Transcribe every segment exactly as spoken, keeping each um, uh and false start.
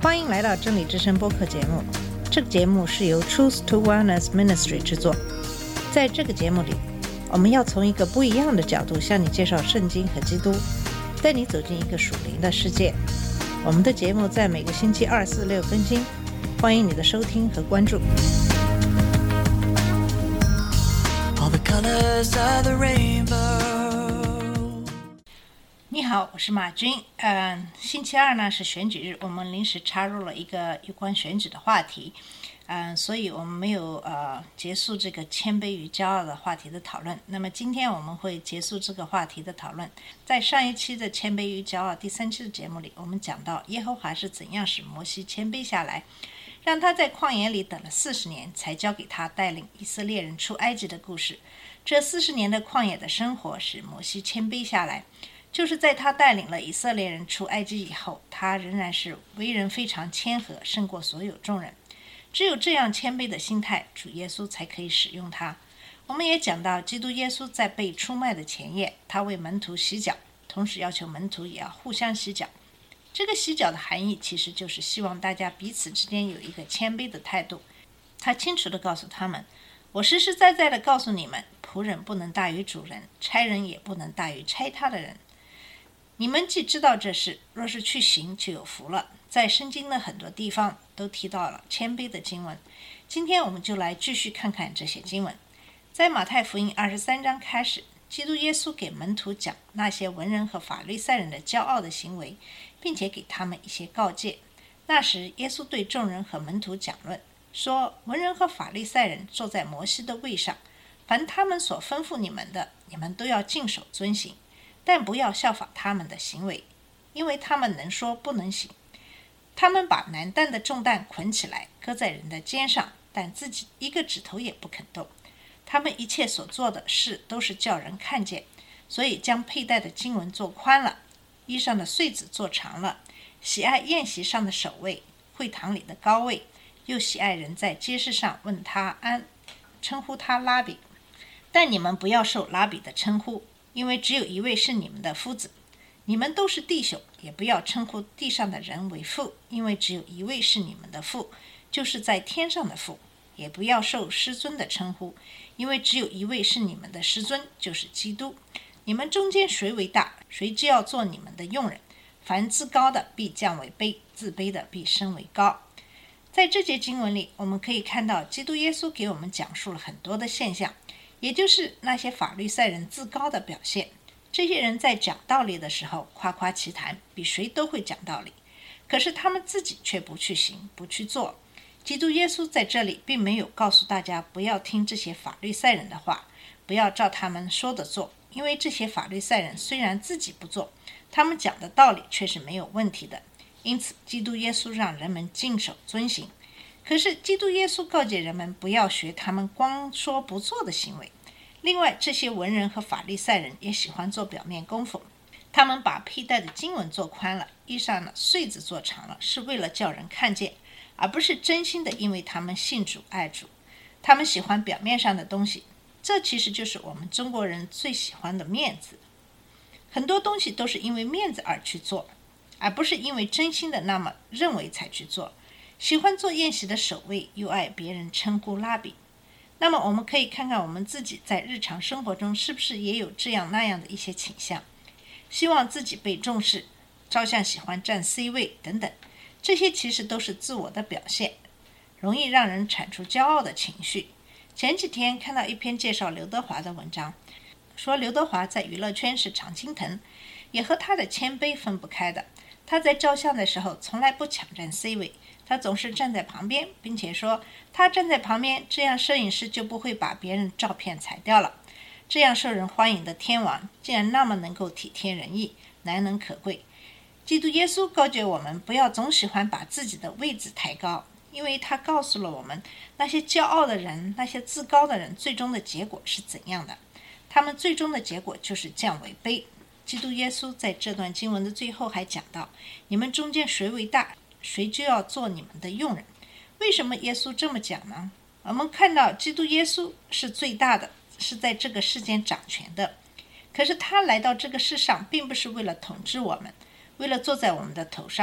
欢迎来到真理之声播客节目。这个节目是由 Truth to Wellness Ministry 制作。在这个节目里，我们要从一个不一样的角度向你介绍圣经和基督，带你走进一个属灵的世界。我们的节目在每个星期二、四、六更新，欢迎你的收听和关注。All the colors of the rainbow。 你好，我是马军。嗯，星期二呢是选举日，我们临时插入了一个有关选举的话题。嗯，所以我们没有呃结束这个谦卑与骄傲的话题的讨论。那么今天我们会结束这个话题的讨论。在上一期的谦卑与骄傲第三期的节目里，我们讲到耶和华是怎样使摩西谦卑下来，让他在旷野里等了四十年，才交给他带领以色列人出埃及的故事。这四十年的旷野的生活使摩西谦卑下来，就是在他带领了以色列人出埃及以后，他仍然是为人非常谦和，胜过所有众人。只有这样谦卑的心态，主耶稣才可以使用他。我们也讲到，基督耶稣在被出卖的前夜，他为门徒洗脚，同时要求门徒也要互相洗脚。这个洗脚的含义其实就是希望大家彼此之间有一个谦卑的态度。他清楚地告诉他们，我实实在在地告诉你们，仆人不能大于主人，差人也不能大于差他的人。你们既知道这事，若是去行，就有福了。在圣经的很多地方都提到了谦卑的经文，今天我们就来继续看看这些经文。在马太福音二十三章开始，基督耶稣给门徒讲那些文人和法利赛人的骄傲的行为，并且给他们一些告诫。那时耶稣对众人和门徒讲论，说文人和法利赛人坐在摩西的位上，凡他们所吩咐你们的，你们都要尽守遵行，但不要效法他们的行为，因为他们能说不能行。他们把难担的重担捆起来，搁在人的肩上，但自己一个指头也不肯动。他们一切所做的事都是叫人看见，所以将佩戴的经文做宽了，衣上的穗子做长了，喜爱宴席上的首位，会堂里的高位，又喜爱人在街市上问他安，称呼他拉比。但你们不要受拉比的称呼，因为只有一位是你们的夫子。你们都是弟兄，也不要称呼地上的人为父，因为只有一位是你们的父，就是在天上的父。也不要受师尊的称呼，因为只有一位是你们的师尊，就是基督。你们中间谁为大，谁就要做你们的用人。凡自高的必降为卑，自卑的必升为高。在这节经文里，我们可以看到基督耶稣给我们讲述了很多的现象，也就是那些法利赛人自高的表现。这些人在讲道理的时候夸夸其谈，比谁都会讲道理，可是他们自己却不去行，不去做。基督耶稣在这里并没有告诉大家不要听这些法利赛人的话，不要照他们说的做，因为这些法利赛人虽然自己不做，他们讲的道理却是没有问题的。因此基督耶稣让人们谨守遵行。可是基督耶稣告诫人们不要学他们光说不做的行为。另外，这些文人和法利赛人也喜欢做表面功夫，他们把佩戴的经文做宽了，衣上的穗子做长了，是为了叫人看见，而不是真心的因为他们信主爱主。他们喜欢表面上的东西，这其实就是我们中国人最喜欢的面子。很多东西都是因为面子而去做，而不是因为真心的那么认为才去做。喜欢做宴席的首位，又爱别人称呼拉比。那么我们可以看看我们自己在日常生活中是不是也有这样那样的一些倾向，希望自己被重视，照相喜欢占 C 位等等，这些其实都是自我的表现，容易让人产出骄傲的情绪。前几天看到一篇介绍刘德华的文章，说刘德华在娱乐圈是常青藤，也和他的谦卑分不开的。他在照相的时候从来不抢占 C 位，他总是站在旁边，并且说他站在旁边，这样摄影师就不会把别人照片裁掉了。这样受人欢迎的天王竟然那么能够体贴人意，难能可贵。基督耶稣告诫我们不要总喜欢把自己的位置抬高，因为他告诉了我们那些骄傲的人，那些自高的人最终的结果是怎样的，他们最终的结果就是降为卑。基督耶稣在这段经文的最后还讲到，你们中间谁为大，谁就要做你们的用人。为什么耶稣这么讲呢？我们看到基督耶稣是最大的，是在这个世间掌权的，可是他来到这个世上并不是为了统治我们，为了坐在我们的头上，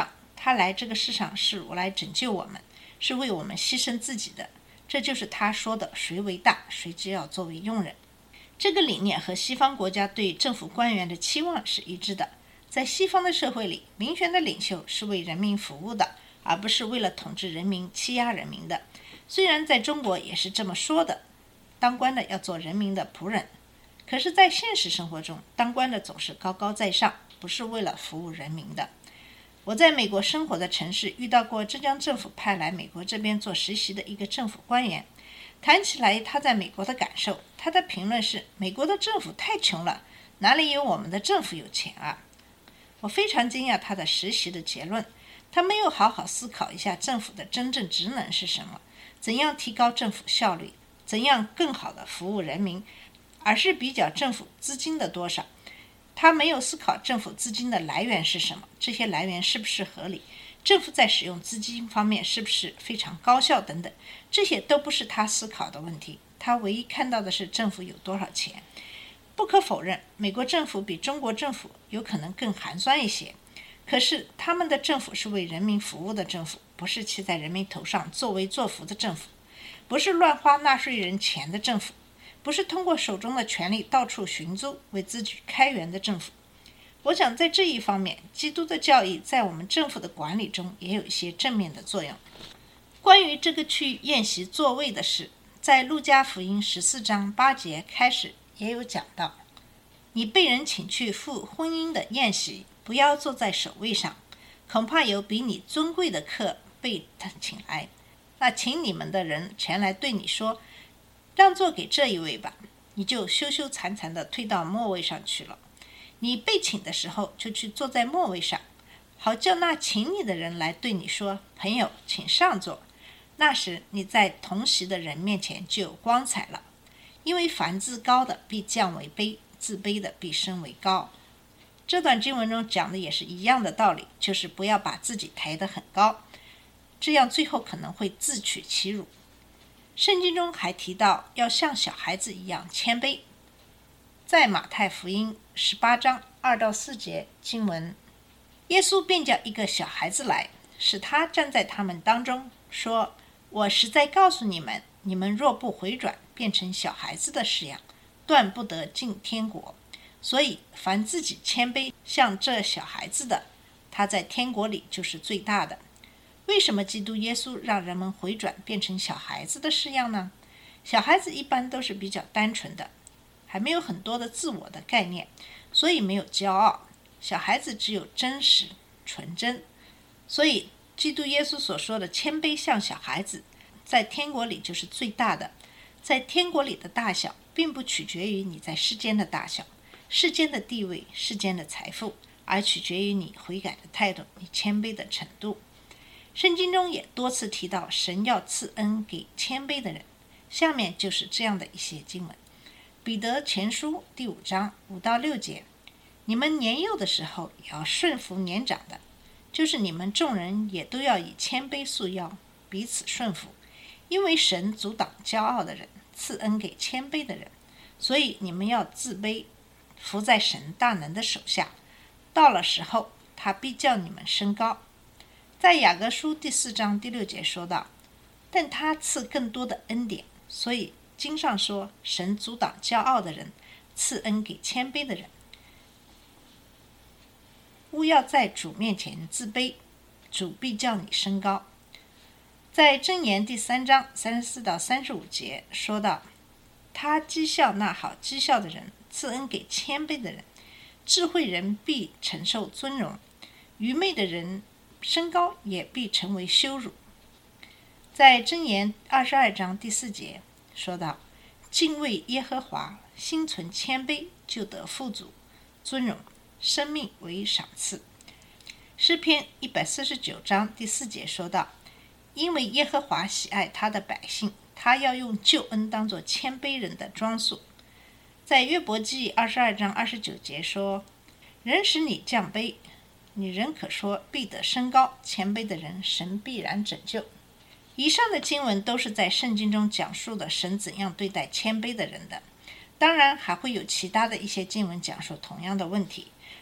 他来这个世上是来拯救我们，是为我们牺牲自己的。这就是他说的谁为大，谁就要作为用人。这个理念和西方国家对政府官员的期望是一致的。在西方的社会里，民选的领袖是为人民服务的，而不是为了统治人民、欺压人民的。虽然在中国也是这么说的，当官的要做人民的仆人，可是在现实生活中，当官的总是高高在上，不是为了服务人民的。我在美国生活的城市遇到过浙江政府派来美国这边做实习的一个政府官员，谈起来他在美国的感受，他的评论是：美国的政府太穷了，哪里有我们的政府有钱啊？我非常惊讶他的实习的结论，他没有好好思考一下政府的真正职能是什么，怎样提高政府效率，怎样更好地服务人民，而是比较政府资金的多少。他没有思考政府资金的来源是什么，这些来源是不是合理，政府在使用资金方面是不是非常高效等等，这些都不是他思考的问题。他唯一看到的是政府有多少钱。不可否认，美国政府比中国政府有可能更寒酸一些，可是他们的政府是为人民服务的政府，不是骑在人民头上作威作福的政府，不是乱花纳税人钱的政府，不是通过手中的权力到处寻租为自己开源的政府。我想在这一方面，基督的教义在我们政府的管理中也有一些正面的作用。关于这个去宴席座位的事，在路加福音十四章八节开始也有讲到，你被人请去赴婚姻的宴席，不要坐在首位上，恐怕有比你尊贵的客被他请来，那请你们的人前来对你说，让座给这一位吧，你就羞羞惭惭地退到末位上去了。你被请的时候，就去坐在末位上，好叫那请你的人来对你说，朋友，请上座。那时你在同席的人面前就有光彩了，因为凡自高的必降为卑，自卑的必升为高。这段经文中讲的也是一样的道理，就是不要把自己抬得很高，这样最后可能会自取其辱。圣经中还提到要像小孩子一样谦卑，在马太福音十八章二到四节经文，耶稣便叫一个小孩子来，使他站在他们当中，说，我实在告诉你们，你们若不回转，变成小孩子的式样，断不得进天国。所以凡自己谦卑像这小孩子的，他在天国里就是最大的。为什么基督耶稣让人们回转变成小孩子的式样呢？小孩子一般都是比较单纯的，还没有很多的自我的概念，所以没有骄傲。小孩子只有真实纯真，所以基督耶稣所说的谦卑像小孩子，在天国里就是最大的。在天国里的大小并不取决于你在世间的大小，世间的地位，世间的财富，而取决于你悔改的态度，你谦卑的程度。圣经中也多次提到神要赐恩给谦卑的人，下面就是这样的一些经文。彼得前书第五章五到六节，你们年幼的时候也要顺服年长的，就是你们众人也都要以谦卑束腰，彼此顺服，因为神阻挡骄傲的人，赐恩给谦卑的人。所以你们要自卑，服在神大能的手下，到了时候他必叫你们升高。在雅各书第四章第六节说道，但他赐更多的恩典，所以经上说，神阻挡骄傲的人，赐恩给谦卑的人。勿要在主面前自卑，主必叫你升高。在箴言第三章三十四到三十五节说到，他讥笑那好讥笑的人，赐恩给谦卑的人。智慧人必承受尊荣，愚昧的人升高也必成为羞辱。在箴言二十二章第四节说到，敬畏耶和华，心存谦卑，就得富足、尊荣，生命为赏赐。诗篇一百四十九章第四节说到，因为耶和华喜爱他的百姓，他要用救恩当作谦卑人的装束。在约伯记二十二章二十九节说，人使你降卑，你仍可说必得升高，谦卑的人神必然拯救。以上的经文都是在圣经中讲述的神怎样对待谦卑的人的，当然还会有其他的一些经文讲述同样的问题。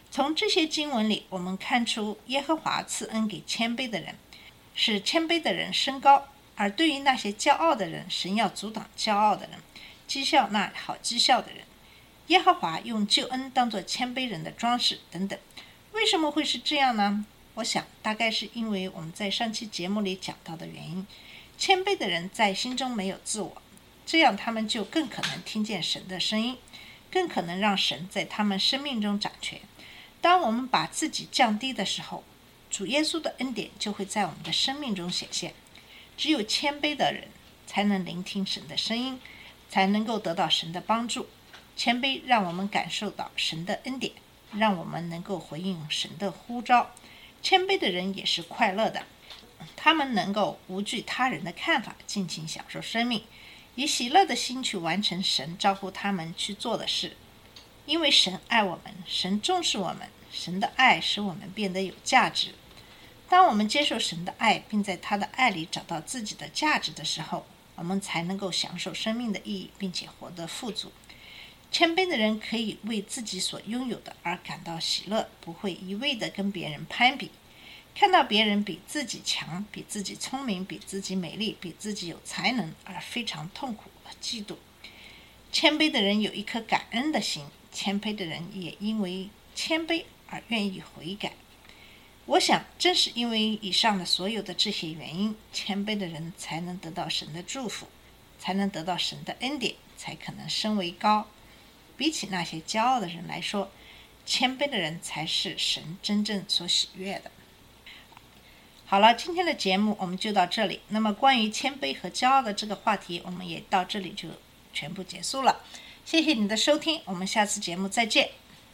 从这些经文里，我们看出耶和华赐恩给谦卑的人，使谦卑的人升高，而对于那些骄傲的人，神要阻挡骄傲的人，讥笑那好讥笑的人。耶和华用救恩当作谦卑人的装饰等等。为什么会是这样呢？我想大概是因为我们在上期节目里讲到的原因。谦卑的人在心中没有自我，这样他们就更可能听见神的声音，更可能让神在他们生命中掌权。当我们把自己降低的时候，主耶稣的恩典就会在我们的生命中显现。只有谦卑的人才能聆听神的声音，才能够得到神的帮助。谦卑让我们感受到神的恩典，让我们能够回应神的呼召。谦卑的人也是快乐的，他们能够无惧他人的看法，尽情享受生命，以喜乐的心去完成神招呼他们去做的事。因为神爱我们，神重视我们，神的爱使我们变得有价值。当我们接受神的爱，并在他的爱里找到自己的价值的时候，我们才能够享受生命的意义，并且活得富足。谦卑的人可以为自己所拥有的而感到喜乐，不会一味地跟别人攀比，看到别人比自己强，比自己聪明，比自己美丽，比自己有才能，而非常痛苦和嫉妒。谦卑的人有一颗感恩的心，谦卑的人也因为谦卑而愿意悔改。我想正是因为以上的所有的这些原因，谦卑的人才能得到神的祝福，才能得到神的恩典，才可能升为高。比起那些骄傲的人来说，谦卑的人才是神真正所喜悦的。好了，今天的节目我们就到这里。那么关于谦卑和骄傲的这个话题，我们也到这里就全部结束了。谢谢你的收听，我们下次节目再见。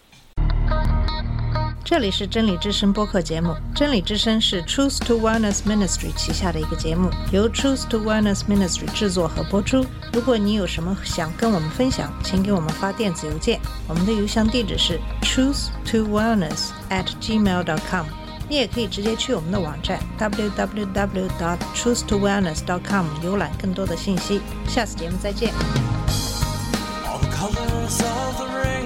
这里是真理之声播客节目，真理之声是 Truth to Wellness Ministry 旗下的一个节目，由 Truth to Wellness Ministry 制作和播出。如果你有什么想跟我们分享，请给我们发电子邮件，我们的邮箱地址是 truth to wellness at gmail dot com。 你也可以直接去我们的网站 double-u double-u double-u dot truth to wellness dot com 浏览更多的信息。下次节目再见。All the colors of the rain